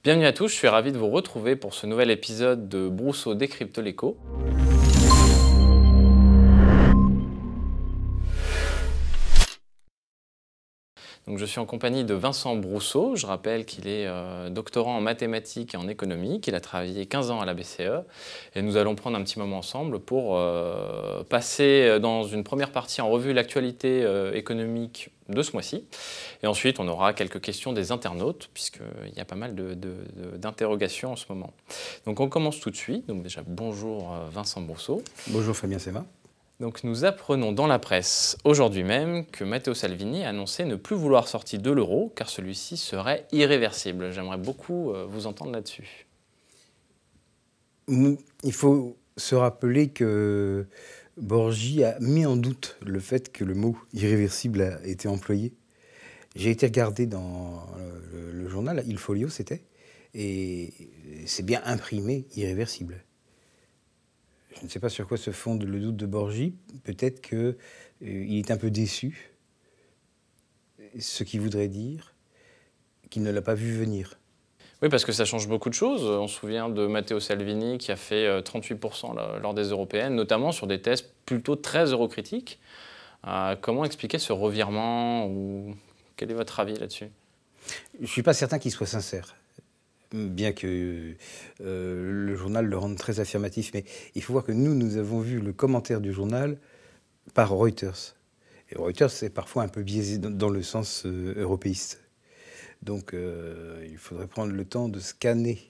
Bienvenue à tous, je suis ravi de vous retrouver pour ce nouvel épisode de Brousseau décrypte l'écho. Donc, je suis en compagnie de Vincent Brousseau. Je rappelle qu'il est doctorant en mathématiques et en économie, qu'il a travaillé 15 ans à la BCE. Et nous allons prendre un petit moment ensemble pour passer dans une première partie en revue l'actualité économique de ce mois-ci. Et ensuite, on aura quelques questions des internautes, puisqu'il y a pas mal d'interrogations en ce moment. Donc, on commence tout de suite. Donc, déjà, bonjour Vincent Brousseau. Bonjour Fabien Sema. Donc nous apprenons dans la presse aujourd'hui même que Matteo Salvini a annoncé ne plus vouloir sortir de l'euro car celui-ci serait irréversible. J'aimerais beaucoup vous entendre là-dessus. Il faut se rappeler que Borgi a mis en doute le fait que le mot irréversible a été employé. J'ai été regardé dans le journal, Il Folio c'était, et c'est bien imprimé irréversible. Je ne sais pas sur quoi se fonde le doute de Borgi. Peut-être qu'il est un peu déçu, ce qui voudrait dire qu'il ne l'a pas vu venir. Oui, parce que ça change beaucoup de choses. On se souvient de Matteo Salvini qui a fait 38% lors des européennes, notamment sur des thèses plutôt très eurocritiques. Comment expliquer ce revirement ou quel est votre avis là-dessus? Je ne suis pas certain qu'il soit sincère, bien que le journal le rende très affirmatif. Mais il faut voir que nous avons vu le commentaire du journal par Reuters. Et Reuters, c'est parfois un peu biaisé dans le sens européiste. Donc il faudrait prendre le temps de scanner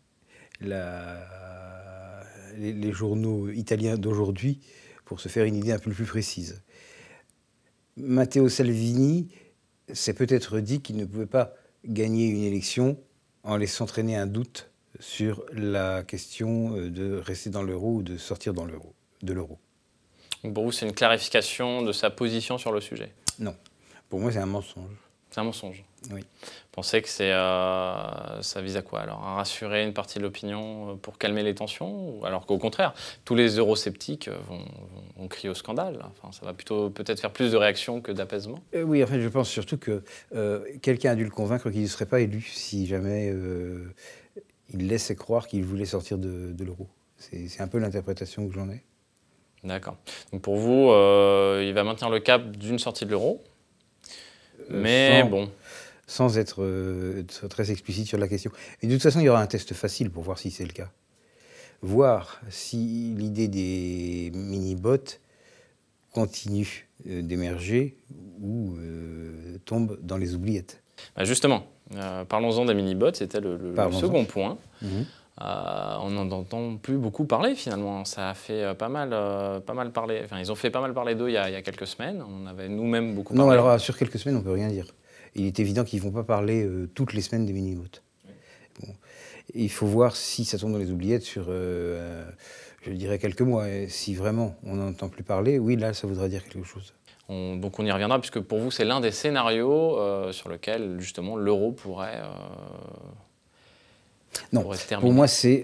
les journaux italiens d'aujourd'hui pour se faire une idée un peu plus précise. Matteo Salvini s'est peut-être dit qu'il ne pouvait pas gagner une élection en laissant traîner un doute sur la question de rester dans l'euro ou de sortir de l'euro. Pour vous, c'est une clarification de sa position sur le sujet? Non. Pour moi, c'est un mensonge. C'est un mensonge? Oui. Vous pensez que ça vise à quoi alors? À rassurer une partie de l'opinion pour calmer les tensions? Ou alors qu'au contraire, tous les eurosceptiques vont crier au scandale? Enfin, ça va plutôt peut-être faire plus de réactions que d'apaisement? Oui, en fait, je pense surtout que quelqu'un a dû le convaincre qu'il ne serait pas élu si jamais il laissait croire qu'il voulait sortir de l'euro. C'est un peu l'interprétation que j'en ai. D'accord. Donc pour vous, il va maintenir le cap d'une sortie de l'euro, mais bon. Sans être très explicite sur la question. Et de toute façon, il y aura un test facile pour voir si c'est le cas. Voir si l'idée des mini-bots continue d'émerger ou tombe dans les oubliettes. Bah justement, parlons-en des mini-bots, c'était le second point. On n'en entend plus beaucoup parler finalement. Ça a fait pas mal parler. Enfin, ils ont fait pas mal parler d'eux il y a quelques semaines. On avait nous-mêmes beaucoup parlé. Non, alors sur quelques semaines, on ne peut rien dire. Il est évident qu'ils ne vont pas parler toutes les semaines des mini-bots. Oui. Bon. Il faut voir si ça tombe dans les oubliettes sur, je dirais, quelques mois. Et si vraiment on n'entend plus parler, oui, là, ça voudra dire quelque chose. Donc on y reviendra, puisque pour vous, c'est l'un des scénarios sur lequel, justement, l'euro pourrait non, pour moi, c'est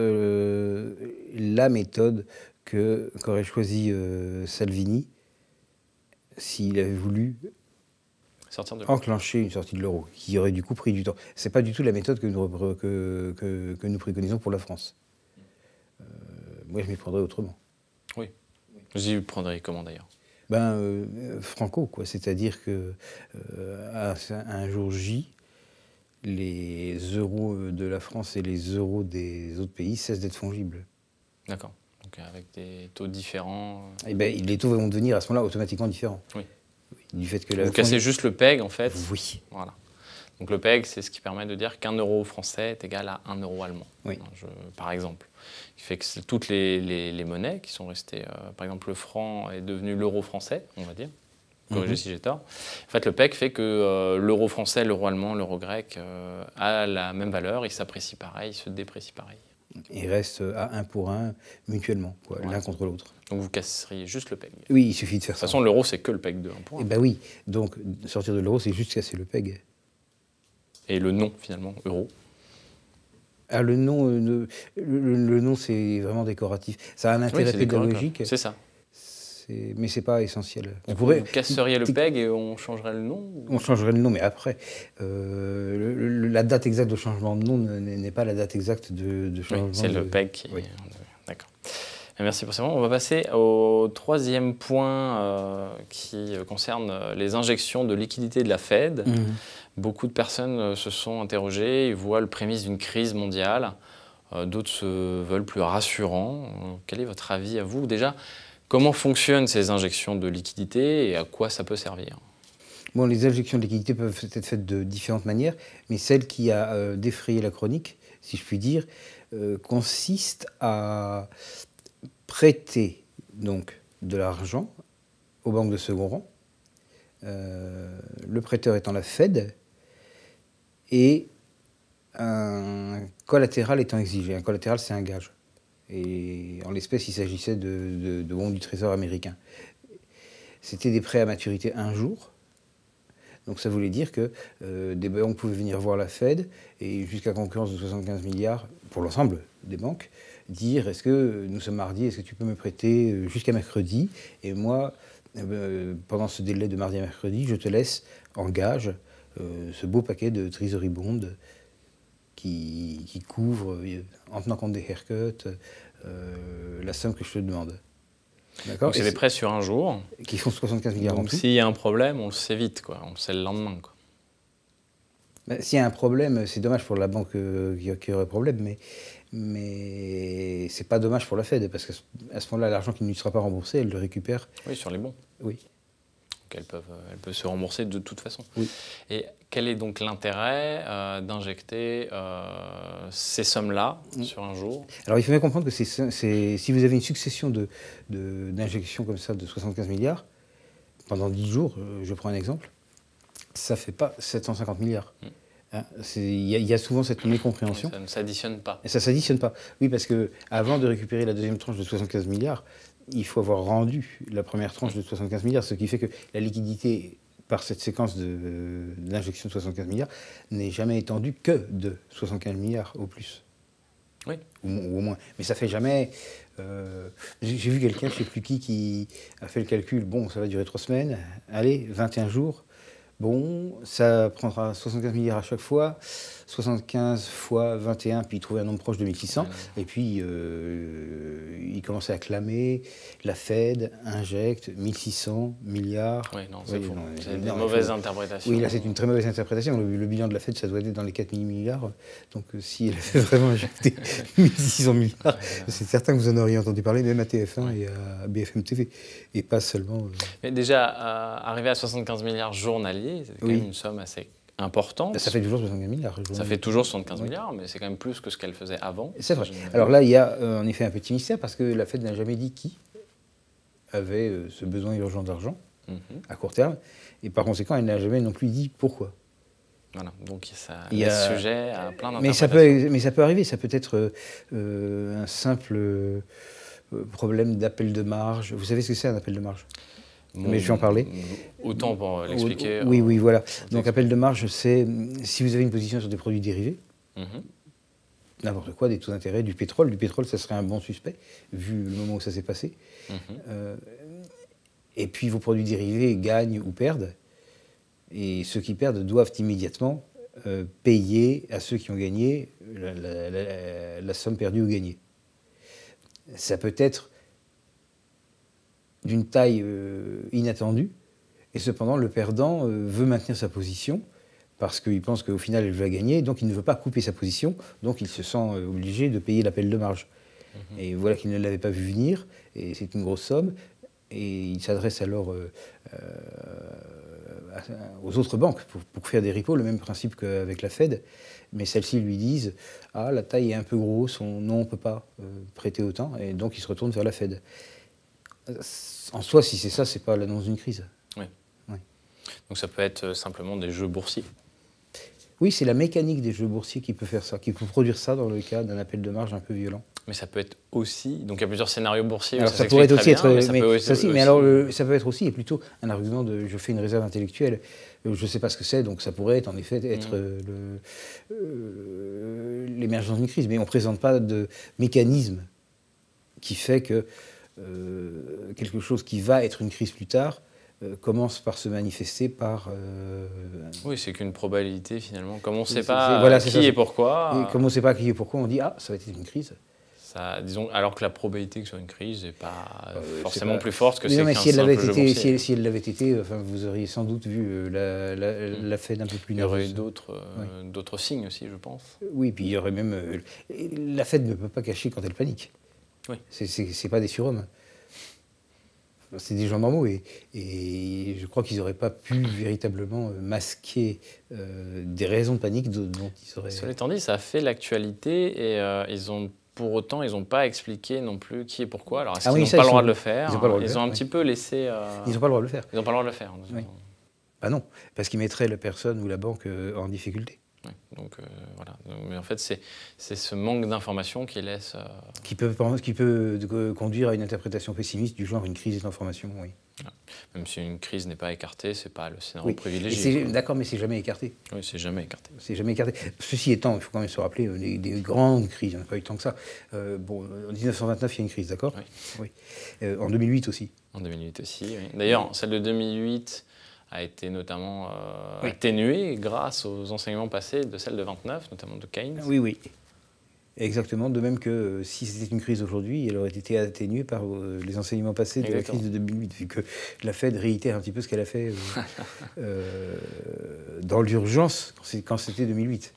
la méthode qu'aurait choisi Salvini s'il avait voulu enclencher une sortie de l'euro, qui aurait du coup pris du temps. Ce n'est pas du tout la méthode que nous préconisons pour la France. Moi, je m'y prendrais autrement. Oui. Vous y prendrez comment d'ailleurs? Franco, quoi. C'est-à-dire qu'à un jour J, les euros de la France et les euros des autres pays cessent d'être fongibles. D'accord. Donc avec des taux différents. Eh bien, les taux vont devenir à ce moment-là automatiquement différents. Oui. Du fait que vous cassez juste le PEG en fait. Oui. Voilà. Donc le PEG, c'est ce qui permet de dire qu'un euro français est égal à 1 euro allemand. Oui. Par exemple. Ce qui fait que toutes les monnaies qui sont restées, par exemple le franc est devenu l'euro français, on va dire. Corrigez si j'ai tort. En fait, le PEG fait que l'euro français, l'euro allemand, l'euro grec a la même valeur, il s'apprécie pareil, il se déprécie pareil. Ils restent à 1 pour 1 mutuellement, ouais, l'un contre l'autre. Donc vous casseriez juste le PEG. Oui, il suffit de faire ça. De toute façon, l'euro, c'est que le PEG de 1 pour 1. Eh bien oui, donc sortir de l'euro, c'est juste casser le PEG. Et le nom, finalement, euro? Ah, le nom, c'est vraiment décoratif. Ça a un intérêt pédagogique. C'est ça. mais c'est pas essentiel. Vous casseriez le PEG et on changerait le nom ou... On changerait le nom, mais après, la date exacte de changement de nom n'est pas la date exacte de changement. Oui, c'est le PEG qui... Oui. D'accord. Merci pour ça. On va passer au troisième point qui concerne les injections de liquidités de la Fed. Beaucoup de personnes se sont interrogées, ils voient le prémisse d'une crise mondiale. D'autres se veulent plus rassurants. Quel est votre avis à vous? Déjà, comment fonctionnent ces injections de liquidités et à quoi ça peut servir? Bon, les injections de liquidités peuvent être faites de différentes manières, mais celle qui a défrayé la chronique, si je puis dire, consiste à prêter donc de l'argent aux banques de second rang, le prêteur étant la Fed, et un collatéral étant exigé. Un collatéral, c'est un gage. Et en l'espèce, il s'agissait de bons du Trésor américain. C'était des prêts à maturité un jour. Donc ça voulait dire que des banques pouvaient venir voir la Fed et jusqu'à concurrence de 75 milliards pour l'ensemble des banques, dire est-ce que nous sommes mardi, est-ce que tu peux me prêter jusqu'à mercredi? Et moi, pendant ce délai de mardi à mercredi, je te laisse en gage ce beau paquet de Treasury Bond qui couvre, en tenant compte des haircuts, la somme que je te demande. Donc c'est des prêts sur un jour. Qui font 75 milliards en tout. Donc s'il y a un problème, on le sait vite, quoi. On le sait le lendemain, quoi. Ben, s'il y a un problème, c'est dommage pour la banque qui aurait problème, mais c'est pas dommage pour la Fed, parce qu'à ce moment-là, l'argent qui ne lui sera pas remboursé, elle le récupère. Oui, sur les bons. Oui. Donc elles peuvent se rembourser de toute façon. Oui. Et quel est donc l'intérêt d'injecter ces sommes-là sur un jour? Alors il faut bien comprendre que si vous avez une succession d'injections comme ça de 75 milliards, pendant 10 jours, je prends un exemple, ça ne fait pas 750 milliards. Hein, il y a souvent cette mécompréhension. Ça ne s'additionne pas. Et ça ne s'additionne pas. Oui, parce qu'avant de récupérer la deuxième tranche de 75 milliards, il faut avoir rendu la première tranche de 75 milliards, ce qui fait que la liquidité, par cette séquence d'injection de 75 milliards, n'est jamais étendue que de 75 milliards au plus. Oui. Ou au moins. Mais ça fait jamais... J'ai vu quelqu'un, je ne sais plus qui a fait le calcul, bon, ça va durer 3 semaines, allez, 21 jours, bon, ça prendra 75 milliards à chaque fois, 75 fois 21, puis trouver un nombre proche de 1600, et puis il commençait à clamer, la Fed injecte 1600 milliards. Oui, non, c'est faux. C'est une mauvaise interprétation. Oui, là c'est une très mauvaise interprétation. Le bilan de la Fed, ça doit être dans les 4000 milliards, donc si elle avait vraiment injecté 1600 milliards, c'est certain que vous en auriez entendu parler, même à TF1 et à BFM TV, et pas seulement... Mais déjà, arriver à 75 milliards journaliers, c'est quand même une somme assez importante. Ça fait toujours 75 milliards. Ça fait toujours 75 milliards, mais c'est quand même plus que ce qu'elle faisait avant. C'est vrai. Alors là, il y a en effet un petit mystère, parce que la Fed n'a jamais dit qui avait ce besoin urgent d'argent à court terme, et par conséquent, elle n'a jamais non plus dit pourquoi. Voilà, donc ça laisse sujet à plein d'interprétations. Mais ça peut arriver, ça peut être un simple problème d'appel de marge. Vous savez ce que c'est un appel de marge? Mais je vais en parler. Autant pour l'expliquer. Oui, voilà. Donc appel de marge, c'est si vous avez une position sur des produits dérivés, n'importe quoi, des taux d'intérêt, du pétrole. Du pétrole, ça serait un bon suspect, vu le moment où ça s'est passé. Et puis vos produits dérivés gagnent ou perdent. Et ceux qui perdent doivent immédiatement payer à ceux qui ont gagné la somme perdue ou gagnée. Ça peut être d'une taille inattendue, et cependant le perdant veut maintenir sa position parce qu'il pense qu'au final il va gagner, donc il ne veut pas couper sa position, donc il se sent obligé de payer l'appel de marge. Et voilà qu'il ne l'avait pas vu venir, et c'est une grosse somme, et il s'adresse alors aux autres banques pour faire des repos, le même principe qu'avec la Fed, mais celles-ci lui disent « Ah, la taille est un peu grosse, non, on ne peut pas prêter autant », et donc il se retourne vers la Fed. En soi, si c'est ça, c'est pas l'annonce d'une crise. Oui. Donc ça peut être simplement des jeux boursiers. Oui, c'est la mécanique des jeux boursiers qui peut faire ça, qui peut produire ça dans le cas d'un appel de marge un peu violent. Mais ça peut être aussi, donc il y a plusieurs scénarios boursiers. Alors ça pourrait aussi être, ça peut être aussi, et plutôt un argument de je fais une réserve intellectuelle, je ne sais pas ce que c'est, donc ça pourrait être en effet être l'émergence d'une crise, mais on ne présente pas de mécanisme qui fait que quelque chose qui va être une crise plus tard commence par se manifester par... Oui, c'est qu'une probabilité finalement. Comme on ne sait voilà, qui et pourquoi... Et comme on ne sait pas qui et pourquoi, on dit « Ah, ça va être une crise ». Disons, alors que la probabilité que ce soit une crise n'est pas forcément plus forte que c'est mais qu'un si elle l'avait simple jeu boursier. si elle l'avait été, enfin, vous auriez sans doute vu la Fed un peu plus nerveuse. Il y aurait eu d'autres signes aussi, je pense. Oui, puis il y aurait même... la Fed ne peut pas cacher quand elle panique. Oui. C'est pas des surhommes. C'est des gens normaux et je crois qu'ils n'auraient pas pu véritablement masquer des raisons de panique dont ils auraient... Cela étant dit, ça a fait l'actualité et pour autant, ils n'ont pas expliqué non plus qui et pourquoi. Alors, est-ce qu'ils n'ont pas le droit de le faire? Ils ont un petit peu laissé... Ils n'ont pas le droit de le faire. Ils n'ont pas le droit de le faire. Oui. Bah non, parce qu'ils mettraient la personne ou la banque en difficulté. Oui, donc voilà. Mais en fait, c'est ce manque d'information qui laisse... Qui peut conduire à une interprétation pessimiste du genre une crise d'information, oui. Voilà. Même si une crise n'est pas écartée, ce n'est pas le scénario privilégié. Oui, d'accord, mais c'est jamais écarté. Oui, c'est jamais écarté. C'est jamais écarté. Ceci étant, il faut quand même se rappeler des grandes crises, il n'y en a pas eu tant que ça. Bon, en 1929, il y a une crise, d'accord? Oui. En 2008 aussi. En 2008 aussi, oui. D'ailleurs, celle de 2008... a été notamment atténuée grâce aux enseignements passés de celle de 29, notamment de Keynes. Oui, oui. Exactement, de même que si c'était une crise aujourd'hui, elle aurait été atténuée par les enseignements passés de la crise de 2008, vu que la Fed réitère un petit peu ce qu'elle a fait dans l'urgence quand c'était 2008.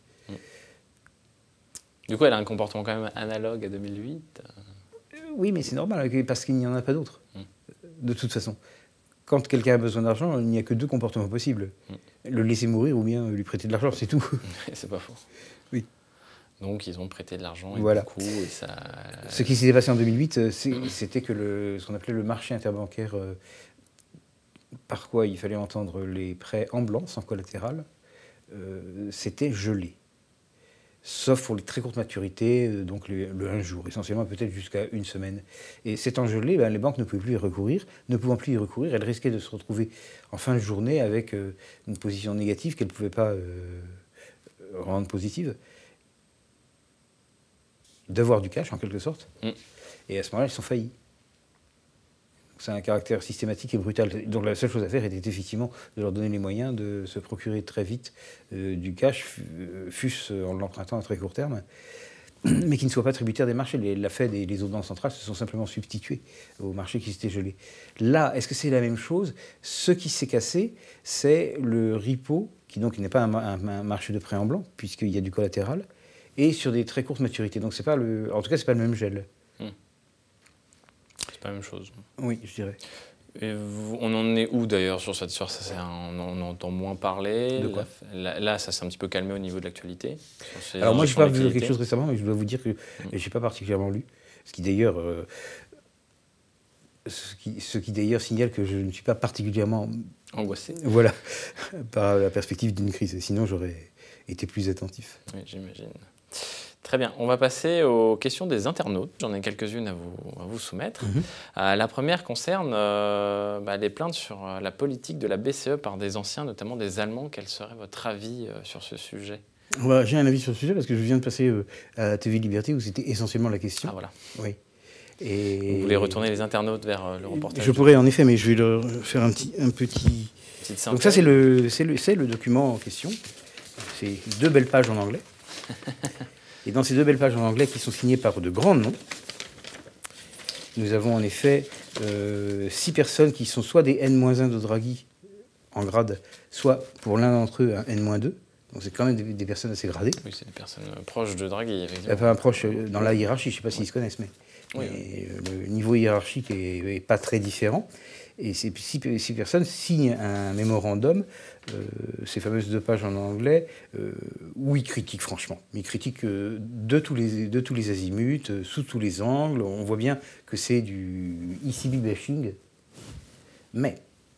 Du coup, elle a un comportement quand même analogue à 2008. Oui, mais c'est normal, parce qu'il n'y en a pas d'autre, de toute façon. Quand quelqu'un a besoin d'argent, il n'y a que deux comportements possibles. Le laisser mourir ou bien lui prêter de l'argent, c'est tout. C'est pas faux. Oui. Donc ils ont prêté de l'argent et voilà. beaucoup. Et ça... Ce qui s'était passé en 2008, c'était que ce qu'on appelait le marché interbancaire, par quoi il fallait entendre les prêts en blanc, sans collatéral, c'était gelé. Sauf pour les très courtes maturités, donc le 1 jour, essentiellement peut-être jusqu'à 1 semaine. Et cet temps gelé, les banques ne pouvaient plus y recourir. Ne pouvant plus y recourir, elles risquaient de se retrouver en fin de journée avec une position négative qu'elles ne pouvaient pas rendre positive. Devoir du cash, en quelque sorte. Et à ce moment-là, elles sont faillies. C'est un caractère systématique et brutal. Donc la seule chose à faire était effectivement de leur donner les moyens de se procurer très vite du cash, fût-ce en l'empruntant à très court terme, mais qui ne soit pas tributaire des marchés. La Fed et les autres banques centrales se sont simplement substitués aux marchés qui s'étaient gelés. Là, est-ce que c'est la même chose? Ce qui s'est cassé, c'est le repo, qui donc n'est pas un marché de prêt en blanc, puisqu'il y a du collatéral, et sur des très courtes maturités. Donc c'est pas en tout cas, c'est pas le même gel. C'est pas la même chose. Oui, je dirais. Et on en est où d'ailleurs sur cette histoire? On entend moins parler. De quoi? Là, ça s'est un petit peu calmé au niveau de l'actualité. Alors moi, je n'ai pas vu quelque chose récemment, mais je dois vous dire que je n'ai pas particulièrement lu. Ce qui d'ailleurs signale que je ne suis pas particulièrement angoissé. Voilà, par la perspective d'une crise. Sinon, j'aurais été plus attentif. Oui, j'imagine. Très bien, on va passer aux questions des internautes. J'en ai quelques-unes à vous soumettre. La première concerne les plaintes sur la politique de la BCE par des anciens, notamment des Allemands. Quel serait votre avis sur ce sujet? J'ai un avis sur ce sujet parce que je viens de passer à TV Liberté où c'était essentiellement la question. Ah voilà. Oui. Et vous voulez retourner les internautes vers le reportage? Je pourrais en effet, mais je vais leur faire un petit... Donc ça, c'est le document en question. C'est 2 belles pages en anglais. Et dans ces 2 belles pages en anglais qui sont signées par de grands noms, nous avons en effet 6 personnes qui sont soit des N-1 de Draghi en grade, soit pour l'un d'entre eux un N-2. Donc c'est quand même des personnes assez gradées. Oui, c'est des personnes proches de Draghi, effectivement. Enfin, proches dans la hiérarchie, je ne sais pas s'ils se connaissent, mais le niveau hiérarchique n'est pas très différent. Et ces 6 personnes signent un mémorandum, ces fameuses 2 pages en anglais, où ils critiquent franchement. Mais ils critiquent de tous les azimuts, sous tous les angles. On voit bien que c'est du ECB bashing. Mais.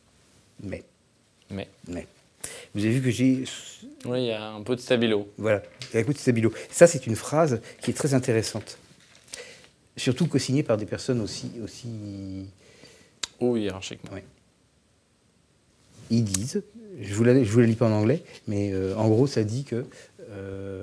Vous avez vu que j'ai... Oui, il y a un peu de stabilo. Voilà, il y a un peu de stabilo. Ça, c'est une phrase qui est très intéressante. Surtout co-signée par des personnes aussi... haut hiérarchiquement. Oui. Ils disent, je vous la lis pas en anglais, mais en gros, ça dit que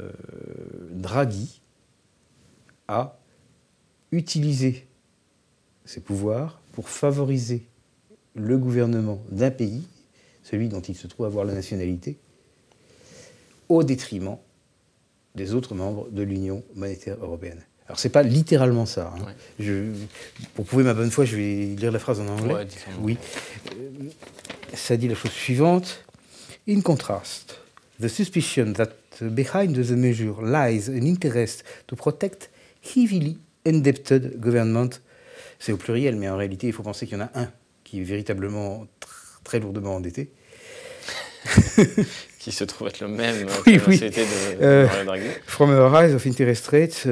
Draghi a utilisé ses pouvoirs pour favoriser le gouvernement d'un pays, celui dont il se trouve avoir la nationalité, au détriment des autres membres de l'Union monétaire européenne. Alors, c'est pas littéralement ça. Hein. Ouais. Pour prouver ma bonne foi, je vais lire la phrase en anglais. Ouais, oui. Ça dit la chose suivante. In contrast, the suspicion that behind the measure lies an interest to protect heavily indebted government. C'est au pluriel, mais en réalité, il faut penser qu'il y en a un qui est véritablement très lourdement endetté. Qui se trouve être le même oui, que la société de Mario Draghi. From a rise of interest rates,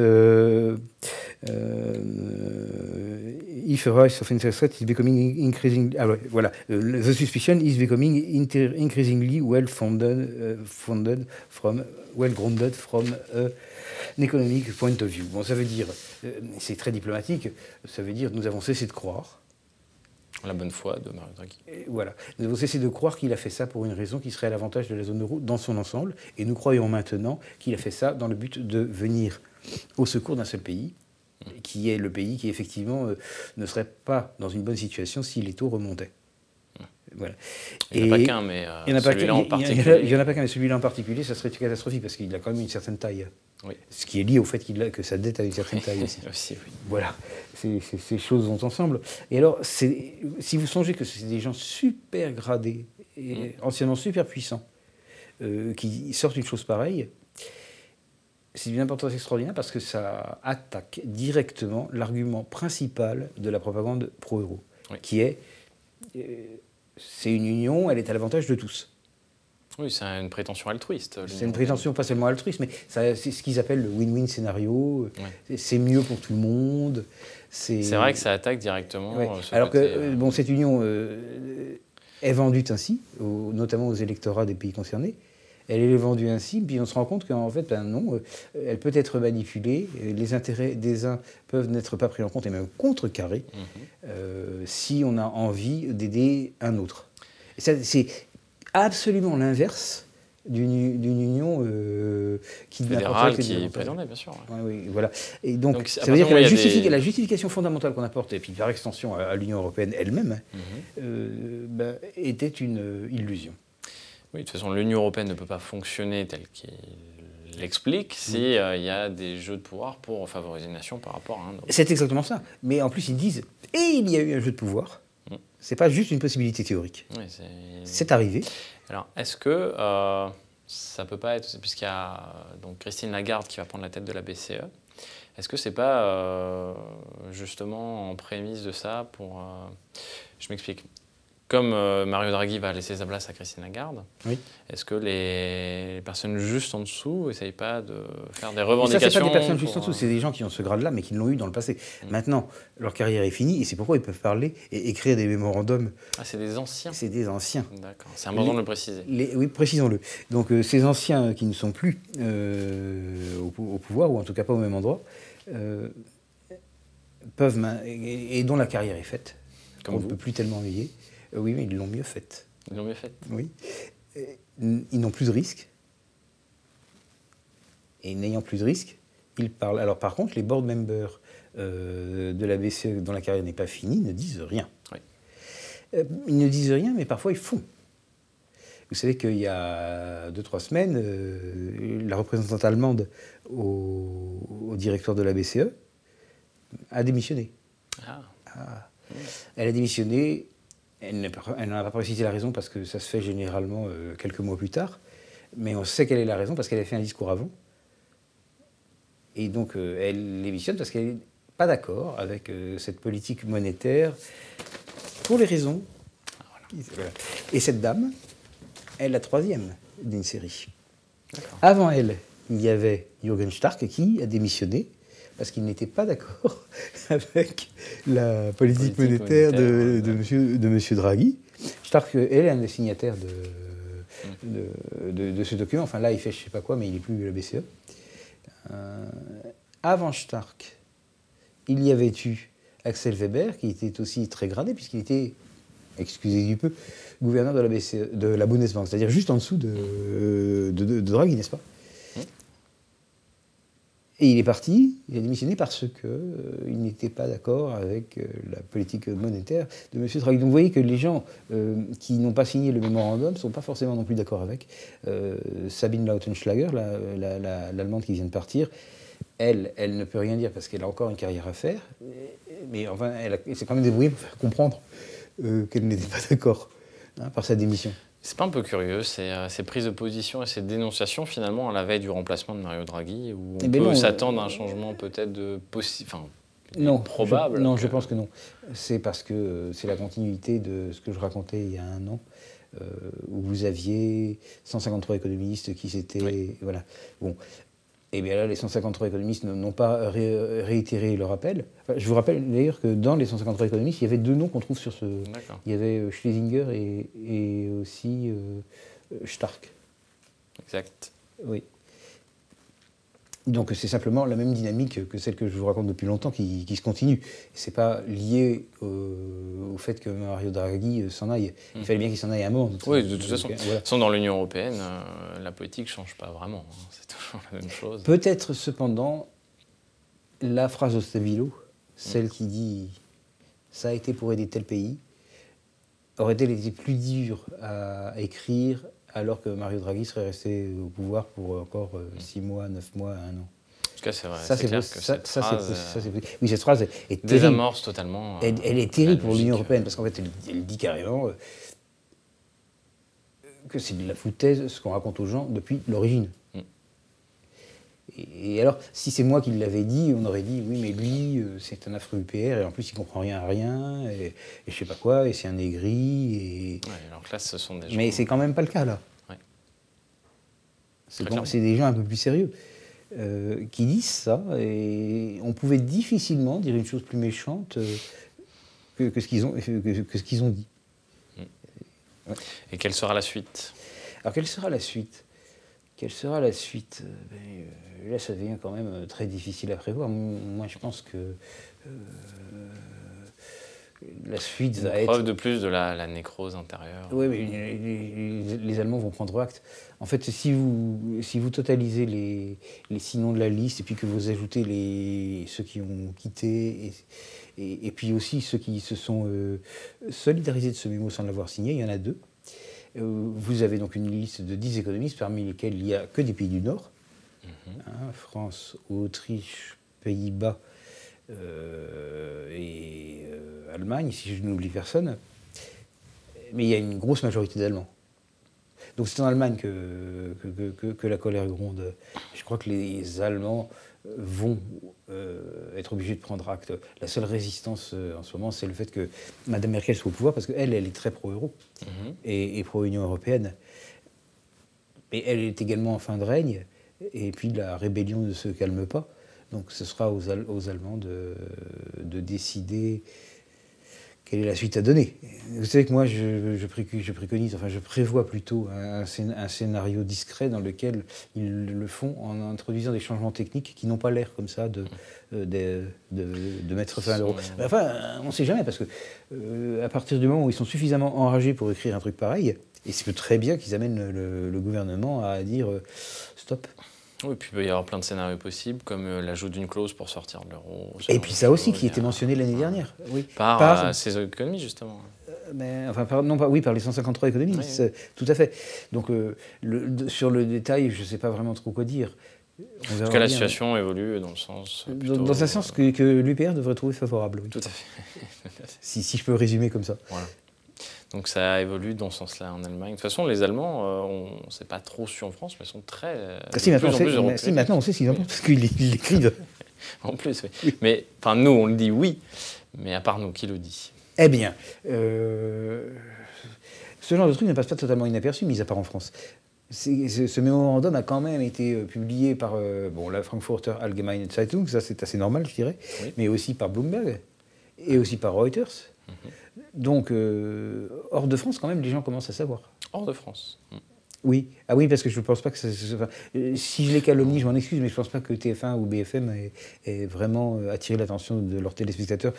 if a rise of interest rate is becoming increasingly... voilà. The suspicion is becoming increasingly well-grounded from an economic point of view. Bon, ça veut dire, c'est très diplomatique, ça veut dire nous avons cessé de croire. La bonne foi de Mario Draghi. Et voilà. Nous avons cessé de croire qu'il a fait ça pour une raison qui serait à l'avantage de la zone euro dans son ensemble. Et nous croyons maintenant qu'il a fait ça dans le but de venir au secours d'un seul pays, qui est le pays qui, effectivement, ne serait pas dans une bonne situation si les taux remontaient. Voilà. Il n'y en a pas qu'un, mais celui-là en particulier. Il n'y en a pas qu'un, mais celui-là en particulier, ça serait catastrophique parce qu'il a quand même une certaine taille. Oui. Ce qui est lié au fait que sa dette a une certaine taille aussi. Aussi oui. Voilà, ces choses vont ensemble. Et alors, si vous songez que c'est des gens super gradés, et anciennement super puissants, qui sortent une chose pareille, c'est d'une importance extraordinaire parce que ça attaque directement l'argument principal de la propagande pro-euro, qui est... c'est une union, elle est à l'avantage de tous. Oui, c'est une prétention altruiste. C'est une prétention pas seulement altruiste, mais c'est ce qu'ils appellent le win-win scénario. Ouais. C'est mieux pour tout le monde. C'est vrai que ça attaque directement. Ouais. Alors que bon, cette union est vendue ainsi, notamment aux électorats des pays concernés. Elle est vendue ainsi, puis on se rend compte qu'en fait, ben non, elle peut être manipulée. Les intérêts des uns peuvent n'être pas pris en compte et même contrecarrés si on a envie d'aider un autre. C'est absolument l'inverse d'une union qui fédérale qui prétendait, bien sûr. Ouais. Oui, voilà. Et donc ça veut dire que la justification fondamentale qu'on apporte, et puis par extension à l'Union européenne elle-même, était une illusion. Oui, de toute façon, l'Union européenne ne peut pas fonctionner telle qu'il l'explique s'il y a des jeux de pouvoir pour favoriser une nation par rapport à un autre. C'est exactement ça. Mais en plus, ils disent « et il y a eu un jeu de pouvoir ». C'est pas juste une possibilité théorique. Oui, c'est arrivé. Alors, est-ce que ça peut pas être... Puisqu'il y a donc Christine Lagarde qui va prendre la tête de la BCE, est-ce que c'est pas justement en prémisse de ça pour... je m'explique. Comme Mario Draghi va laisser sa place à Christine Lagarde, est-ce que les personnes juste en dessous n'essayent pas de faire des revendications? Ça, c'est pas des personnes juste en dessous, c'est des gens qui ont ce grade-là, mais qui l'ont eu dans le passé. Maintenant, leur carrière est finie, et c'est pourquoi ils peuvent parler et écrire des mémorandums. Ah, c'est des anciens? C'est des anciens. D'accord, c'est important de le préciser. Oui, précisons-le. Donc, ces anciens qui ne sont plus au pouvoir, ou en tout cas pas au même endroit, peuvent, et dont la carrière est faite, qu'on ne peut plus tellement ennuyer. Oui, mais ils l'ont mieux faite. Ils l'ont mieux faite. Oui. Ils n'ont plus de risques. Et n'ayant plus de risques, ils parlent. Alors par contre, les board members de la BCE, dont la carrière n'est pas finie, ne disent rien. Oui. Ils ne disent rien, mais parfois ils font. Vous savez qu'il y a 2-3 semaines, la représentante allemande au directoire de la BCE a démissionné. Elle a démissionné. Elle n'en a pas précisé la raison parce que ça se fait généralement quelques mois plus tard. Mais on sait quelle est la raison parce qu'elle a fait un discours avant. Et donc elle démissionne parce qu'elle n'est pas d'accord avec cette politique monétaire pour les raisons. Voilà. Et cette dame est la troisième d'une série. Avant elle, il y avait Jürgen Stark qui a démissionné parce qu'il n'était pas d'accord avec la politique monétaire de monsieur Draghi. Stark, elle est un des signataires de ce document. Enfin, là, il fait je ne sais pas quoi, mais il n'est plus de la BCE. Avant Stark, il y avait eu Axel Weber, qui était aussi très gradé, puisqu'il était, excusez du peu, gouverneur de la BCE, de la Bundesbank, c'est-à-dire juste en dessous de Draghi, n'est-ce pas? Et il est parti, il a démissionné parce qu'il n'était pas d'accord avec la politique monétaire de M. Draghi. Donc vous voyez que les gens qui n'ont pas signé le mémorandum ne sont pas forcément non plus d'accord avec. Sabine Lautenschlager, l'Allemande qui vient de partir, elle ne peut rien dire parce qu'elle a encore une carrière à faire, mais enfin, elle s'est quand même débrouillée pour faire comprendre qu'elle n'était pas d'accord par sa démission. C'est pas un peu curieux, ces prises de position et ces dénonciations finalement à la veille du remplacement de Mario Draghi, où on peut s'attendre à un changement peut-être probable. Non, je pense que non. C'est parce que c'est la continuité de ce que je racontais il y a un an, où vous aviez 153 économistes qui s'étaient... Oui. Voilà. Bon. Et bien là, les 153 économistes n'ont pas réitéré leur appel. Enfin, je vous rappelle d'ailleurs que dans les 153 économistes, il y avait 2 noms qu'on trouve sur ce... Il y avait Schlesinger et aussi Stark. Exact. Oui. Donc c'est simplement la même dynamique que celle que je vous raconte depuis longtemps qui se continue. C'est pas lié au fait que Mario Draghi s'en aille. Il fallait bien qu'il s'en aille à un moment. Oui, de toute façon. Voilà. Dans l'Union européenne, la politique ne change pas vraiment. Hein. C'est toujours la même chose. Peut-être cependant, la phrase au stabilo, celle qui dit « ça a été pour aider tel pays », aurait-elle été plus dure à écrire alors que Mario Draghi serait resté au pouvoir pour encore 6 mois, 9 mois, 1 an. En tout cas, c'est vrai. C'est clair que cette phrase... Oui, cette phrase est terrible. Désamorce totalement... Elle est terrible pour l'Union européenne, parce qu'en fait, elle dit carrément que c'est de la foutaise ce qu'on raconte aux gens depuis l'origine. Et alors, si c'est moi qui l'avais dit, on aurait dit, oui, mais lui, c'est un affreux UPR, et en plus, il comprend rien à rien, et je sais pas quoi, et c'est un aigri, et... Ouais, alors que là, ce sont des gens... Mais c'est quand même pas le cas, là. Ouais. C'est des gens un peu plus sérieux qui disent ça, et on pouvait difficilement dire une chose plus méchante que ce qu'ils ont dit. Ouais. Et quelle sera la suite? Alors, quelle sera la suite? Quelle sera la suite? Là, ça devient quand même très difficile à prévoir. Moi, je pense que la suite va être... Preuve de plus de la nécrose intérieure. Oui, mais les Allemands vont prendre acte. En fait, si vous totalisez les 6 noms de la liste, et puis que vous ajoutez ceux qui ont quitté, et puis aussi ceux qui se sont solidarisés de ce mémo sans l'avoir signé, il y en a 2. Vous avez donc une liste de 10 économistes, parmi lesquels il n'y a que des pays du Nord, France, Autriche, Pays-Bas et Allemagne, si je n'oublie personne. Mais il y a une grosse majorité d'Allemands. Donc c'est en Allemagne que la colère gronde. Je crois que les Allemands vont être obligés de prendre acte. La seule résistance en ce moment, c'est le fait que Mme Merkel soit au pouvoir, parce qu'elle est très pro-euro et pro-Union européenne. Mais elle est également en fin de règne, et puis la rébellion ne se calme pas. Donc ce sera aux Allemands de décider quelle est la suite à donner. Vous savez que moi, je préconise, enfin je prévois plutôt un scénario discret dans lequel ils le font en introduisant des changements techniques qui n'ont pas l'air comme ça de mettre fin à l'euro. Enfin, on ne sait jamais, parce que à partir du moment où ils sont suffisamment enragés pour écrire un truc pareil, il se peut très bien qu'ils amènent le gouvernement à dire stop. Oui, puis il peut y avoir plein de scénarios possibles, comme l'ajout d'une clause pour sortir de l'euro. Et puis ça aussi, qui était mentionné l'année dernière. Oui. Par ces économies, justement. Par les 153 économistes, oui. Tout à fait. Donc, sur le détail, je ne sais pas vraiment trop quoi dire. Parce que la situation évolue dans le sens... Dans un sens que l'UPR devrait trouver favorable. Oui. Tout à fait. si je peux résumer comme ça. Voilà. Donc ça évolue dans ce sens-là en Allemagne. De toute façon, les Allemands, on ne sait pas trop su en France, mais sont très... maintenant on sait ce qu'ils en pensent, parce qu'ils l'écrivent. En plus, oui. Oui. Mais, enfin, nous, on le dit oui, mais à part nous, qui le dit? Eh bien, ce genre de truc ne passe pas totalement inaperçu, mis à part en France. Ce mémorandum a quand même été publié par la Frankfurter Allgemeine Zeitung, ça c'est assez normal, je dirais, oui. Mais aussi par Bloomberg, et aussi par Reuters. Donc, hors de France, quand même, les gens commencent à savoir. Hors de France. Oui. Ah oui, parce que je ne pense pas que si je les calomnie, je m'en excuse, mais je ne pense pas que TF1 ou BFM ait vraiment attiré l'attention de leurs téléspectateurs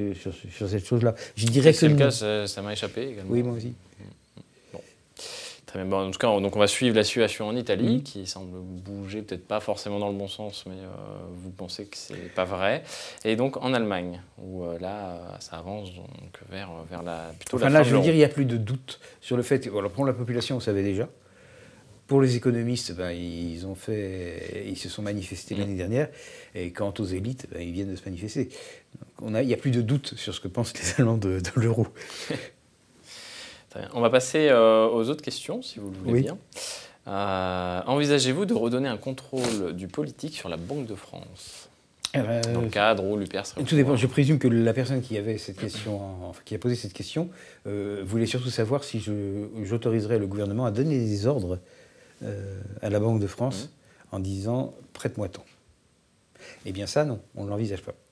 sur cette chose-là. Je dirais que c'est le cas, ça m'a échappé également. Oui, moi aussi. Bon. Très bien. Bon, en tout cas, donc on va suivre la situation en Italie, qui semble bouger, peut-être pas forcément dans le bon sens, mais vous pensez que c'est pas vrai. Et donc en Allemagne, où là, ça avance donc vers plutôt enfin, la là, fin je de veux l'euro. dire, il n'y a plus de doute sur le fait. Alors, pour la population, on savait déjà. Pour les économistes, ben, ils se sont manifestés l'année dernière. Et quant aux élites, ben, ils viennent de se manifester. Donc, il n'y a plus de doute sur ce que pensent les Allemands de l'euro. Très bien. On va passer aux autres questions, si vous le voulez bien. Envisagez-vous de redonner un contrôle du politique sur la Banque de France dans le cadre où l'UPR serait... Tout dépend. Je présume que la personne qui avait cette question, qui a posé cette question, voulait surtout savoir si j'autoriserais le gouvernement à donner des ordres à la Banque de France en disant « prête-moi tant ». Eh bien ça, non, on ne l'envisage pas.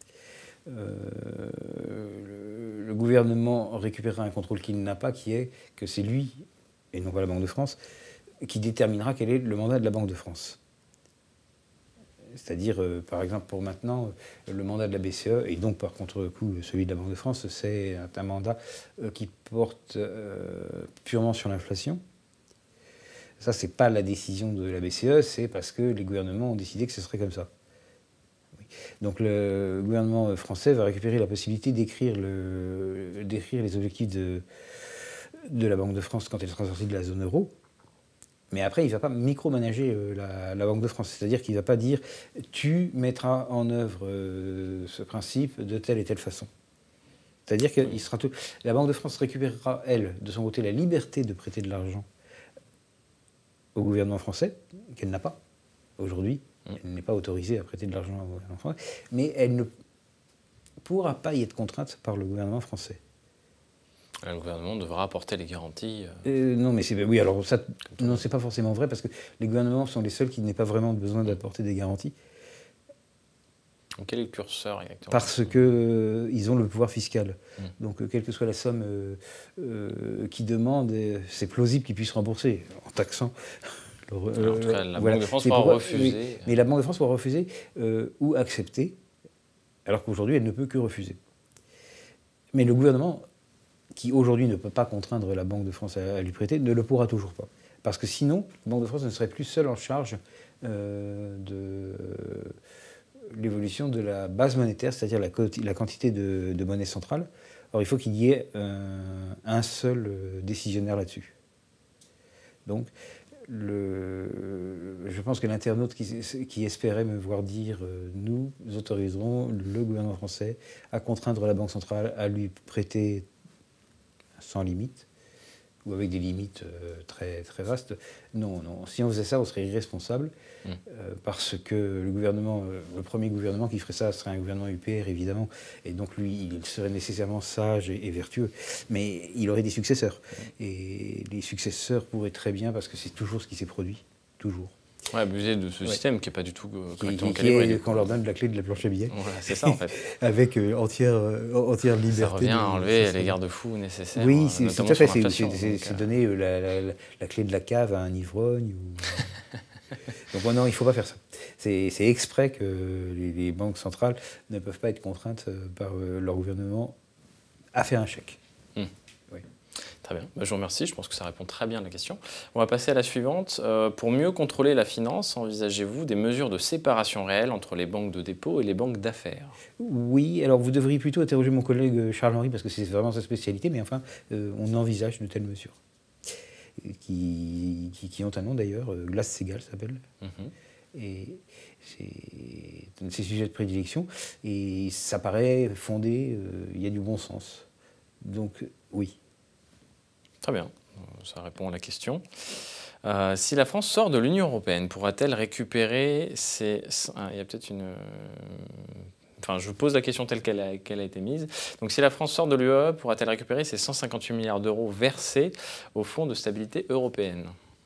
Le gouvernement récupérera un contrôle qu'il n'a pas, qui est que c'est lui, et non pas la Banque de France, qui déterminera quel est le mandat de la Banque de France. C'est-à-dire, par exemple, pour maintenant, le mandat de la BCE, et donc par contre-coup celui de la Banque de France, c'est un mandat qui porte purement sur l'inflation. Ça, c'est pas la décision de la BCE, c'est parce que les gouvernements ont décidé que ce serait comme ça. Donc le gouvernement français va récupérer la possibilité d'écrire les objectifs de la Banque de France quand elle sera sortie de la zone euro. Mais après, il ne va pas micromanager la Banque de France. C'est-à-dire qu'il ne va pas dire « tu mettras en œuvre ce principe de telle et telle façon ». C'est-à-dire que la Banque de France récupérera, elle, de son côté, la liberté de prêter de l'argent au gouvernement français, qu'elle n'a pas aujourd'hui. Elle n'est pas autorisée à prêter de l'argent au gouvernement français. Mais elle ne pourra pas y être contrainte par le gouvernement français. Le gouvernement devra apporter les garanties. Non, mais oui, alors ça, non, c'est pas forcément vrai parce que les gouvernements sont les seuls qui n'aient pas vraiment besoin d'apporter des garanties. Donc, quel est le curseur exactement? Parce que ils ont le pouvoir fiscal. Donc, quelle que soit la somme qu'ils demandent, c'est plausible qu'ils puissent rembourser en taxant. En tout cas, la Banque de France pourra refuser. Oui, mais la Banque de France pourra refuser ou accepter, alors qu'aujourd'hui, elle ne peut que refuser. Mais le gouvernement, qui aujourd'hui ne peut pas contraindre la Banque de France à lui prêter, ne le pourra toujours pas. Parce que sinon, la Banque de France ne serait plus seule en charge de l'évolution de la base monétaire, c'est-à-dire la quantité de monnaie centrale. Or, il faut qu'il y ait un seul décisionnaire là-dessus. Donc, je pense que l'internaute qui espérait me voir dire nous autoriserons le gouvernement français à contraindre la Banque centrale à lui prêter sans limite, ou avec des limites très, très vastes. Non, non. Si on faisait ça, on serait irresponsable, parce que le premier gouvernement qui ferait ça serait un gouvernement UPR, évidemment, et donc lui, il serait nécessairement sage et vertueux, mais il aurait des successeurs. Et les successeurs pourraient très bien, parce que c'est toujours ce qui s'est produit, toujours. Ouais, abuser de ce système qui n'est pas du tout correctement calibré. Qu'on leur donne la clé de la planche à billets. Voilà, c'est ça en fait. Avec entière liberté. Ça revient à enlever les garde-fous nécessaires. Oui, tout à fait. C'est donner la clé de la cave à un ivrogne. Donc non, il ne faut pas faire ça. C'est exprès que les banques centrales ne peuvent pas être contraintes par leur gouvernement à faire un chèque. Oui. Très bien, je vous remercie, je pense que ça répond très bien à la question. On va passer à la suivante. Pour mieux contrôler la finance, envisagez-vous des mesures de séparation réelle entre les banques de dépôt et les banques d'affaires? Oui, alors vous devriez plutôt interroger mon collègue Charles-Henri, parce que c'est vraiment sa spécialité, mais enfin, on envisage de telles mesures. Qui ont un nom d'ailleurs, Glass-Steagall s'appelle. Et c'est un de ses sujets de prédilection, et ça paraît fondé, il y a du bon sens. Donc, oui. Très bien, ça répond à la question. Si la France sort de l'Union européenne, pourra-t-elle récupérer ses... il y a peut-être une... Enfin, je pose la question telle qu'elle a été mise. Donc, si la France sort de l'UE, pourra-t-elle récupérer ses 158 milliards d'euros versés au Fonds de stabilité européenne?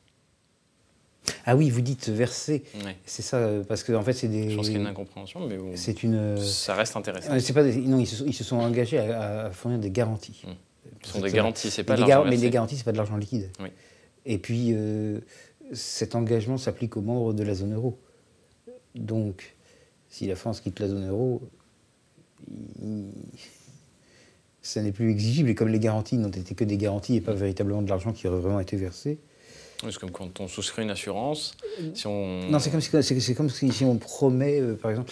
Ah oui, vous dites verser. Ouais. C'est ça, parce que en fait, c'est des... Je pense qu'il y a une incompréhension, mais bon, ça reste intéressant. Non, ils se sont engagés à fournir des garanties. Ce sont des garanties, c'est pas de l'argent versé. Mais des garanties, c'est pas de l'argent liquide. Oui. Et puis, cet engagement s'applique aux membres de la zone euro. Donc, si la France quitte la zone euro, ça n'est plus exigible. Et comme les garanties n'ont été que des garanties et pas véritablement de l'argent qui aurait vraiment été versé, C'est comme quand on souscrit une assurance. Si on... Non, c'est comme si on promet, par exemple,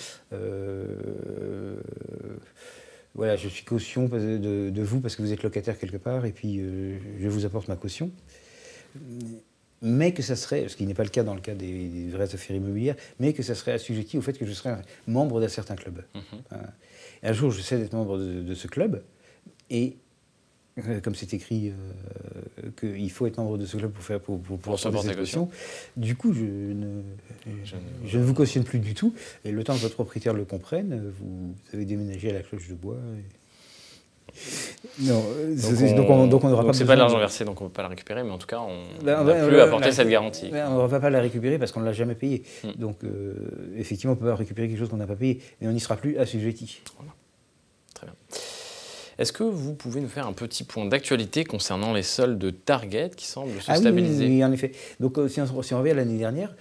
voilà, je suis caution de vous parce que vous êtes locataire quelque part, et puis je vous apporte ma caution. Mais que ça serait, ce qui n'est pas le cas dans le cas des vraies affaires immobilières, mais que ça serait assujetti au fait que je serais un membre d'un certain club. Un jour, j'essaie d'être membre de ce club, et comme c'est écrit qu'il faut être membre de ce club pour s'apporter des cautions, du coup, je ne vous cautionne plus du tout, et le temps que votre propriétaire le comprenne, vous avez déménagé à la Cloche de Bois. Non, donc on n'aura pas. C'est pas de l'argent versé, donc on ne peut pas la récupérer, mais en tout cas, on n'a plus apporter cette garantie. On ne va pas la récupérer parce qu'on ne l'a jamais payée. Donc, effectivement, on ne peut pas récupérer quelque chose qu'on n'a pas payé, mais on n'y sera plus assujetti. Voilà. Très bien. Est-ce que vous pouvez nous faire un petit point d'actualité concernant les soldes de Target qui semblent se stabiliser? Oui, en effet. Donc, si on revient à l'année dernière,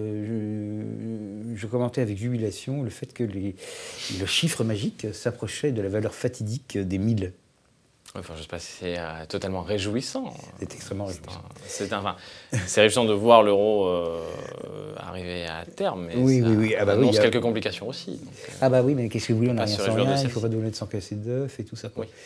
je commentais avec jubilation le fait que le chiffre magique s'approchait de la valeur fatidique des 1000. Enfin, je ne sais pas si c'est totalement réjouissant. C'est extrêmement réjouissant. C'est réjouissant de voir l'euro arriver à terme, mais ça annonce quelques complications aussi. Donc, oui, mais qu'est-ce que vous voulez, on n'a rien sans rien, il ne faut pas donner de sans casser d'œuf et tout ça. Oui.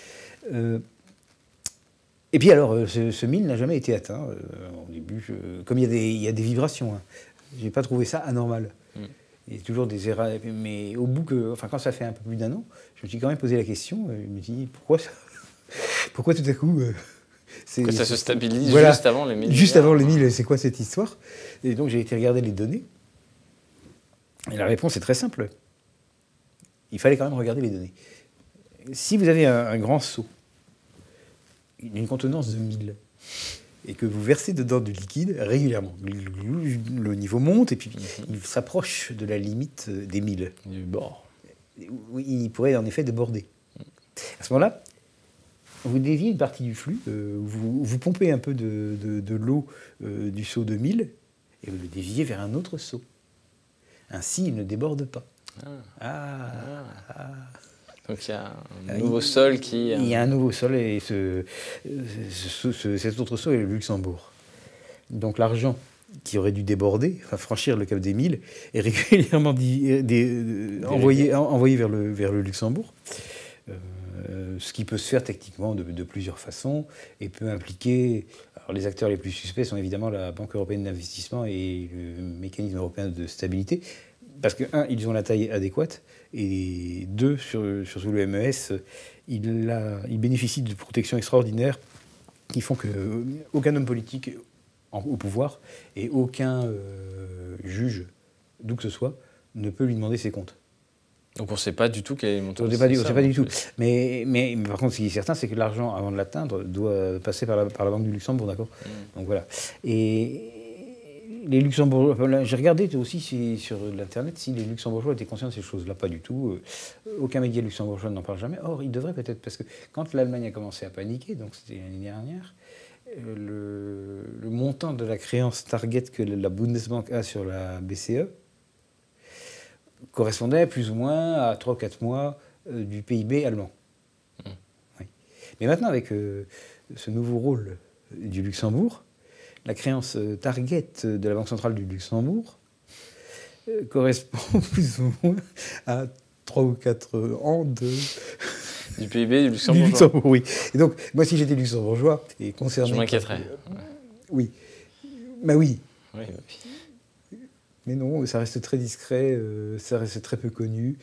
Et puis alors, ce 1000 n'a jamais été atteint. Au début, comme il y a des vibrations, hein, je n'ai pas trouvé ça anormal. Il y a toujours des erreurs, mais au bout quand ça fait un peu plus d'un an, je me suis quand même posé la question, je me suis dit, pourquoi tout à coup que ça se stabilise juste avant les 1000. Juste avant les 1000, c'est quoi cette histoire? Et donc j'ai été regarder les données. Et la réponse est très simple. Il fallait quand même regarder les données. Si vous avez un grand seau, une contenance de 1000, et que vous versez dedans du liquide régulièrement, le niveau monte et puis il s'approche de la limite des 1000. Du bord. Oui, il pourrait en effet déborder. À ce moment-là, vous déviez une partie du flux, vous pompez un peu de l'eau du seau de 1000 et vous le déviez vers un autre seau. Ainsi, il ne déborde pas. Donc il y a un nouveau sol qui... Il y a un nouveau sol et cet autre seau est le Luxembourg. Donc l'argent qui aurait dû déborder, franchir le cap des 1000, est régulièrement envoyé vers le Luxembourg. Ce qui peut se faire techniquement de plusieurs façons et peut impliquer... Alors les acteurs les plus suspects sont évidemment la Banque européenne d'investissement et le mécanisme européen de stabilité, parce que, un, ils ont la taille adéquate, et deux, surtout le MES, il bénéficie de protections extraordinaires qui font qu'aucun homme politique au pouvoir et aucun juge, d'où que ce soit, ne peut lui demander ses comptes. Donc on ne sait pas du tout quel est le montant. On ne sait pas du tout. Mais par contre, ce qui est certain, c'est que l'argent, avant de l'atteindre, doit passer par la Banque du Luxembourg, d'accord ? Donc voilà. Et les Luxembourgeois, j'ai regardé aussi sur l'Internet si les Luxembourgeois étaient conscients de ces choses-là. Pas du tout. Aucun média luxembourgeois n'en parle jamais. Or, il devrait peut-être, parce que quand l'Allemagne a commencé à paniquer, donc c'était l'année dernière, le montant de la créance target que la Bundesbank a sur la BCE correspondait plus ou moins à 3 ou 4 mois du PIB allemand. Oui. Mais maintenant, avec ce nouveau rôle du Luxembourg, la créance target de la Banque centrale du Luxembourg correspond plus ou moins à 3 ou 4 ans du PIB du Luxembourg. Du Luxembourg, oui. Et donc, moi, si j'étais luxembourgeois et concerné... Je m'inquiéterais. Oui. Bah oui. Oui. Mais non, ça reste très discret, ça reste très peu connu.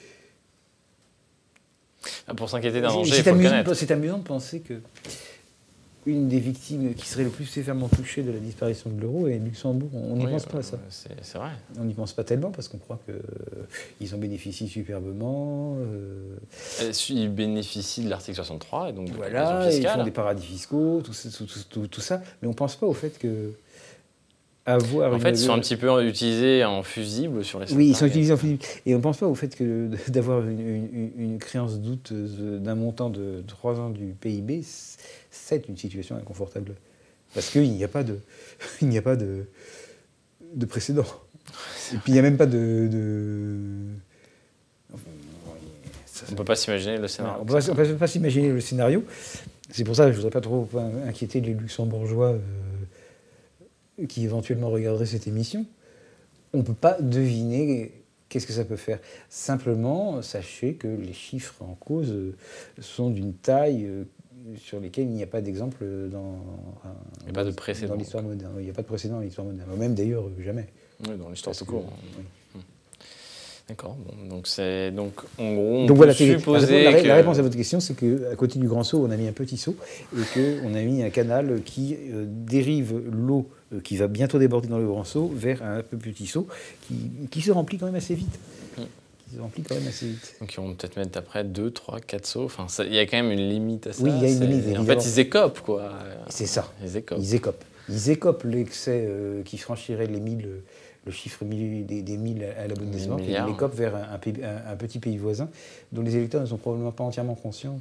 Pour s'inquiéter d'un danger, il faut le connaître. C'est amusant de penser que une des victimes qui serait le plus sévèrement touchée de la disparition de l'euro est Luxembourg. On n'y pense pas à ça. C'est vrai. On n'y pense pas tellement parce qu'on croit qu'ils en bénéficient superbement. Ils bénéficient de l'article 63 et donc de voilà, ils font des paradis fiscaux, tout ça. Mais on ne pense pas au fait que... En fait, ils sont un petit peu utilisés en fusible sur les... Oui, ils sont utilisés en fusible. Et on ne pense pas au fait que d'avoir une créance douteuse d'un montant de 3 ans du PIB, c'est une situation inconfortable. Parce qu'il n'y a pas de précédent. Et puis il n'y a même pas de... On ne peut pas s'imaginer le scénario. On ne peut pas s'imaginer le scénario. C'est pour ça que je ne voudrais pas trop inquiéter les Luxembourgeois qui éventuellement regarderaient cette émission, on ne peut pas deviner qu'est-ce que ça peut faire. Simplement, sachez que les chiffres en cause sont d'une taille sur lesquels il n'y a pas d'exemple dans l'histoire moderne. Il n'y a pas de précédent dans l'histoire moderne. Même d'ailleurs, jamais. Oui, dans l'histoire tout court. Oui. D'accord. Bon, donc en gros, on peut supposer la réponse à votre question, c'est qu'à côté du grand seau, on a mis un petit seau et qu'on a mis un canal qui dérive l'eau qui va bientôt déborder dans le grand seau vers un peu petit seau qui se remplit quand même assez vite. Donc ils vont peut-être mettre après 2, 3, 4 seaux. Enfin, il y a quand même une limite à ça. Oui, il y a une limite. En fait, ils écopent, quoi. C'est ça. Ils Ils écopent l'excès qui franchirait les 1000, le chiffre des 1000 à la Bundesbank. Et ils écopent vers un petit pays voisin dont les électeurs ne sont probablement pas entièrement conscients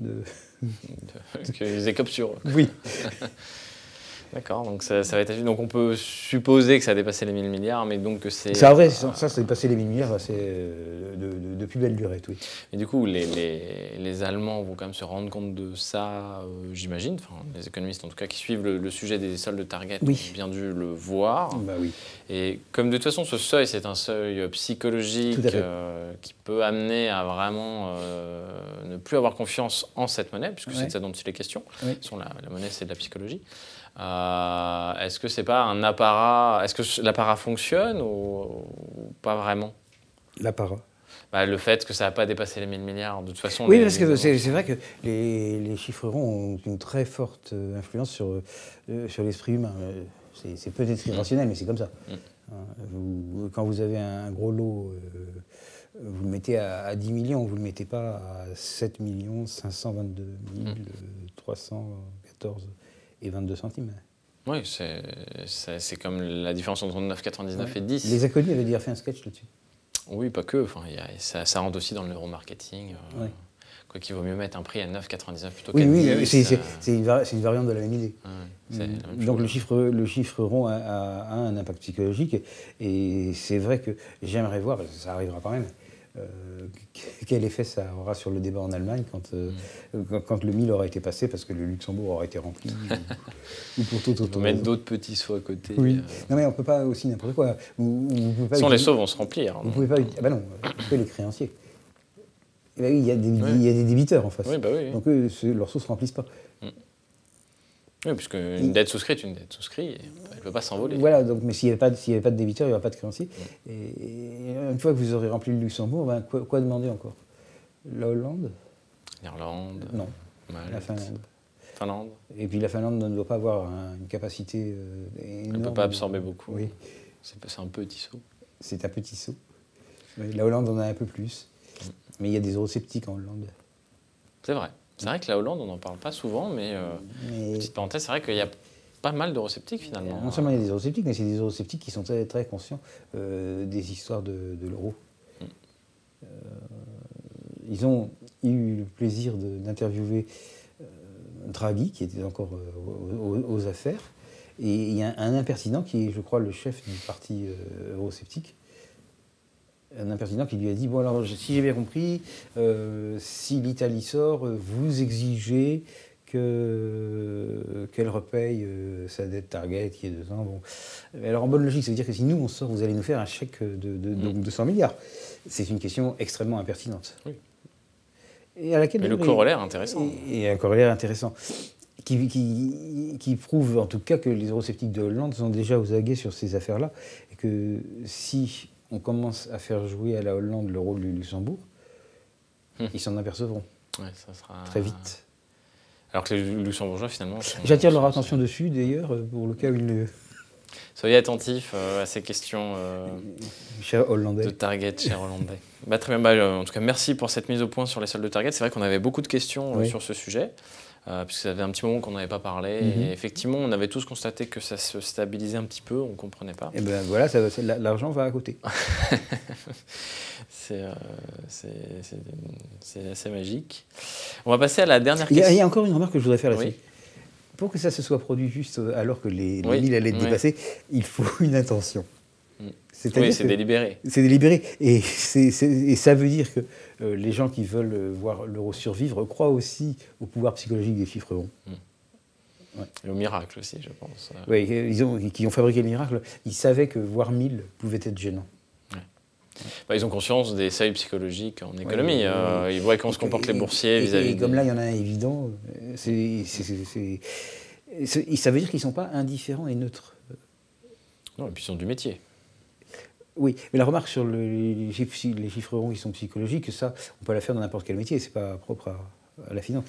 qu'ils écopent sur eux. Oui. D'accord, donc ça va être... Donc on peut supposer que ça a dépassé les 1000 milliards, mais donc que c'est... C'est vrai, ça a dépassé les 1000 milliards, c'est de plus belle lurette, oui. Et du coup, les Allemands vont quand même se rendre compte de ça, j'imagine, enfin, les économistes en tout cas qui suivent le sujet des soldes Target ont bien dû le voir. Bah oui. Et comme de toute façon ce seuil, c'est un seuil psychologique qui peut amener à vraiment ne plus avoir confiance en cette monnaie, puisque c'est de ça dont il est question. Oui. La monnaie, c'est de la psychologie. Est-ce que c'est pas un apparat? Est-ce que l'apparat fonctionne ou pas vraiment? L'apparat. Le fait que ça n'a pas dépassé les 1000 milliards, de toute façon... Oui, parce que c'est vrai que les chiffres ronds ont une très forte influence sur l'esprit humain. C'est peut-être irrationnel, mais c'est comme ça. Quand vous avez un gros lot, vous le mettez à 10 millions, vous ne le mettez pas à 7 522 314 et 22 centimes. Oui, c'est comme la différence entre 9,99 et 10. Les inconnus avaient déjà fait un sketch là-dessus. Oui, pas que. Enfin, ça rentre aussi dans le neuromarketing. Quoi qu'il vaut mieux mettre un prix à 9,99 plutôt qu'à 10. Oui, c'est une variante de la même idée. Donc le chiffre rond a un impact psychologique. Et c'est vrai que j'aimerais voir, ça arrivera quand même, quel effet ça aura sur le débat en Allemagne quand le 1000 aura été passé parce que le Luxembourg aura été rempli ou pour tout autre. Mettre d'autres petits seaux à côté. Oui. Non mais on ne peut pas aussi n'importe quoi. Sinon les seaux vont se remplir. Vous pouvez pas. Ah bah non, vous pouvez les créanciers. Et bah oui, il y a des débiteurs en face. Oui, bah oui. Donc leurs seaux ne se remplissent pas. Oui, puisque une dette souscrite, elle ne peut pas s'envoler. Voilà, donc, mais s'il n'y avait pas de débiteur, il n'y aurait pas de créancier. Et une fois que vous aurez rempli le Luxembourg, quoi demander encore? La Hollande? L'Irlande? Non. Malte. La Finlande. Finlande. Et puis la Finlande ne doit pas avoir une capacité énorme. Elle ne peut pas absorber beaucoup. Oui. C'est un petit seau. C'est un petit seau. La Hollande en a un peu plus. Mais il y a des eurosceptiques en Hollande. C'est vrai. C'est vrai que la Hollande, on n'en parle pas souvent, mais petite parenthèse, c'est vrai qu'il y a pas mal d'eurosceptiques finalement. Non seulement il y a des eurosceptiques, mais c'est des eurosceptiques qui sont très, très conscients des histoires de l'euro. Ils ont eu le plaisir d'interviewer Draghi, qui était encore aux affaires, et il y a un impertinent qui est, je crois, le chef du parti eurosceptique. Un impertinent qui lui a dit, bon alors, si j'ai bien compris, si l'Italie sort, vous exigez qu'elle repaye sa dette Target qui est de 2 ans. Bon. Alors en bonne logique, ça veut dire que si nous on sort, vous allez nous faire un chèque donc 200 milliards. C'est une question extrêmement impertinente. Oui. Et à laquelle le corollaire intéressant. Et un corollaire intéressant. Qui prouve en tout cas que les eurosceptiques de Hollande sont déjà aux aguets sur ces affaires-là. Et que si on commence à faire jouer à la Hollande le rôle du Luxembourg, ils s'en apercevront ça sera... très vite. Alors que les Luxembourgeois, finalement... J'attire leur attention dessus, d'ailleurs, pour le cas où ils... Soyez attentifs à ces questions cher Hollandais. De Target, cher Hollandais. Très bien. En tout cas, merci pour cette mise au point sur les soldes de Target. C'est vrai qu'on avait beaucoup de questions sur ce sujet. Puisque ça fait un petit moment qu'on n'avait pas parlé. Et effectivement, on avait tous constaté que ça se stabilisait un petit peu, on ne comprenait pas. Et bien voilà, l'argent va à côté. C'est assez magique. On va passer à la dernière question. Il y a encore une remarque que je voudrais faire là-dessus. Pour que ça se soit produit juste alors que les 1000 allaient être dépassés, il faut une intention. C'est délibéré. C'est délibéré. Et ça veut dire que les gens qui veulent voir l'euro survivre croient aussi au pouvoir psychologique des chiffres ronds. Ouais. Et au miracle aussi, je pense. Oui, qui ont fabriqué le miracle, ils savaient que voir 1000 pouvait être gênant. Bah, ils ont conscience des seuils psychologiques en économie. Ils voient comment se comportent les boursiers vis-à-vis Et comme là, il y en a un évident, ça veut dire qu'ils ne sont pas indifférents et neutres. Non, et puis ils sont du métier. Oui, mais la remarque sur les chiffres ronds qui sont psychologiques, ça, on peut la faire dans n'importe quel métier, c'est pas propre à la finance.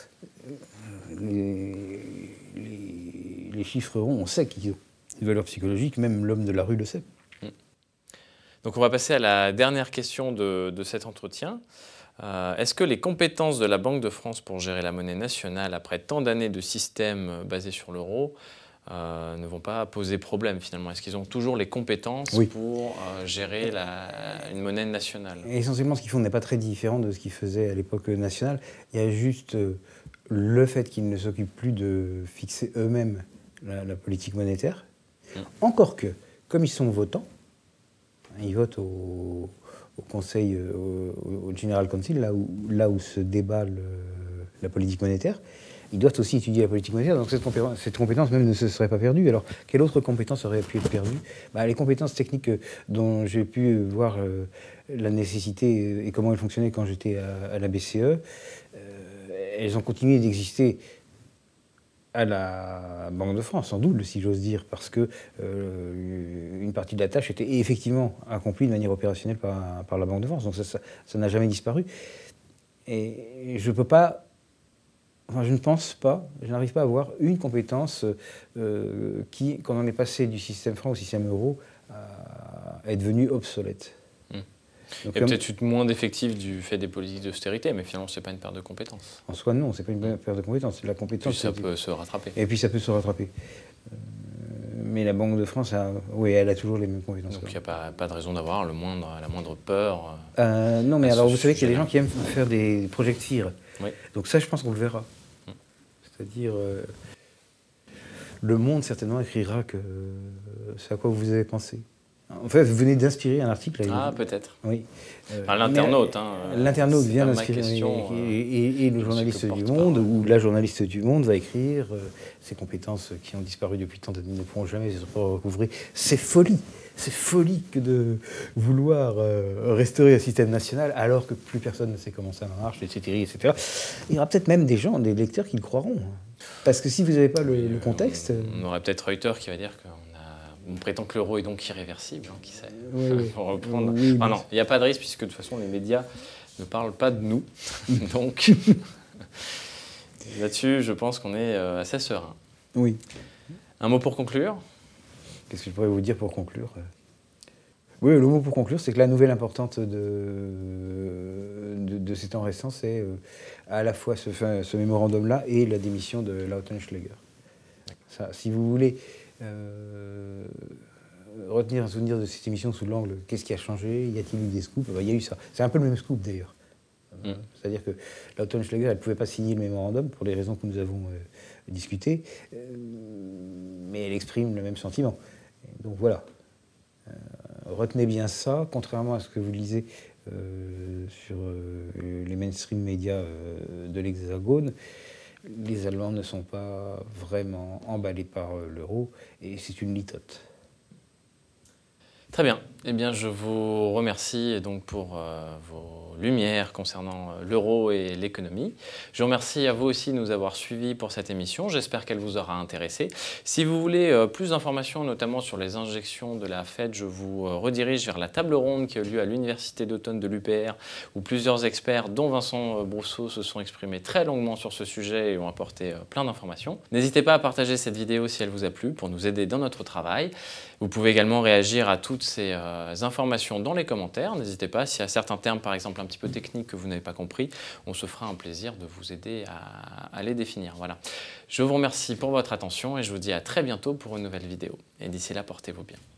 Les chiffres ronds, on sait qu'ils ont une valeur psychologique, même l'homme de la rue le sait. Donc on va passer à la dernière question de cet entretien. Est-ce que les compétences de la Banque de France pour gérer la monnaie nationale après tant d'années de système basé sur l'euro ne vont pas poser problème finalement? Est-ce qu'ils ont toujours les compétences pour gérer une monnaie nationale? Essentiellement, ce qu'ils font n'est pas très différent de ce qu'ils faisaient à l'époque nationale. Il y a juste le fait qu'ils ne s'occupent plus de fixer eux-mêmes la politique monétaire. Encore que, comme ils sont votants, ils votent au Conseil, au General Council, là où se débat la politique monétaire. Ils doivent aussi étudier la politique monétaire, donc cette compétence même ne se serait pas perdue. Alors, quelle autre compétence aurait pu être perdue? Les compétences techniques dont j'ai pu voir la nécessité et comment elles fonctionnaient quand j'étais à la BCE, elles ont continué d'exister à la Banque de France, en double, si j'ose dire, parce que une partie de la tâche était effectivement accomplie de manière opérationnelle par la Banque de France. Donc ça n'a jamais disparu. Et je peux pas, enfin je ne pense pas, je n'arrive pas à voir une compétence qui, quand on est passé du système franc au système euro, est devenue obsolète. Donc, il y a peut-être moins d'effectifs du fait des politiques d'austérité, mais finalement, ce n'est pas une perte de compétences. En soi, non, ce n'est pas une perte de compétences. La compétence, puis ça peut se rattraper. Et puis ça peut se rattraper. Mais la Banque de France, elle a toujours les mêmes compétences. Donc il n'y a pas de raison d'avoir la moindre peur. Non, mais alors vous savez qu'il y a des gens qui aiment faire des projets de FIR. Oui. Donc ça, je pense qu'on le verra. C'est-à-dire, le Monde certainement écrira que c'est à quoi vous avez pensé. En fait, vous venez d'inspirer un article. Peut-être. Oui. L'internaute. L'internaute vient d'inspirer. Et le journaliste du Monde, ou la journaliste du Monde va écrire ces compétences qui ont disparu depuis tant d'années ne pourront jamais se recouvrer. C'est folie. C'est folie que de vouloir restaurer un système national alors que plus personne ne sait comment ça marche, etc. Il y aura peut-être même des gens, des lecteurs qui le croiront. Parce que si vous n'avez pas le contexte... On aurait peut-être Reuters qui va dire qu'on prétend que l'euro est donc irréversible, qui sait. Pour reprendre. Non, il n'y a pas de risque puisque de toute façon les médias ne parlent pas de nous. Donc là-dessus, je pense qu'on est assez serein. Oui. Un mot pour conclure? Qu'est-ce que je pourrais vous dire pour conclure? Oui, le mot pour conclure, c'est que la nouvelle importante de ces temps récents, c'est à la fois ce mémorandum-là et la démission de Lautenschläger. Ça, si vous voulez retenir un souvenir de cette émission sous l'angle « Qu'est-ce qui a changé? Y a-t-il eu des scoops ?» Il y a eu ça. C'est un peu le même scoop, d'ailleurs. C'est-à-dire que Lautenschläger, elle ne pouvait pas signer le mémorandum pour les raisons que nous avons discutées, mais elle exprime le même sentiment. Donc voilà. Retenez bien ça, contrairement à ce que vous lisez sur les mainstream médias de l'Hexagone. Les Allemands ne sont pas vraiment emballés par l'euro et c'est une litote. Très bien. Eh bien, je vous remercie donc pour vos lumières concernant l'euro et l'économie. Je vous remercie à vous aussi de nous avoir suivis pour cette émission. J'espère qu'elle vous aura intéressé. Si vous voulez plus d'informations, notamment sur les injections de la Fed, je vous redirige vers la table ronde qui a eu lieu à l'Université d'automne de l'UPR, où plusieurs experts, dont Vincent Brousseau, se sont exprimés très longuement sur ce sujet et ont apporté plein d'informations. N'hésitez pas à partager cette vidéo si elle vous a plu pour nous aider dans notre travail. Vous pouvez également réagir à toutes ces informations dans les commentaires. N'hésitez pas, s'il y a certains termes, par exemple un petit peu techniques que vous n'avez pas compris, on se fera un plaisir de vous aider à les définir. Voilà. Je vous remercie pour votre attention et je vous dis à très bientôt pour une nouvelle vidéo. Et d'ici là, portez-vous bien.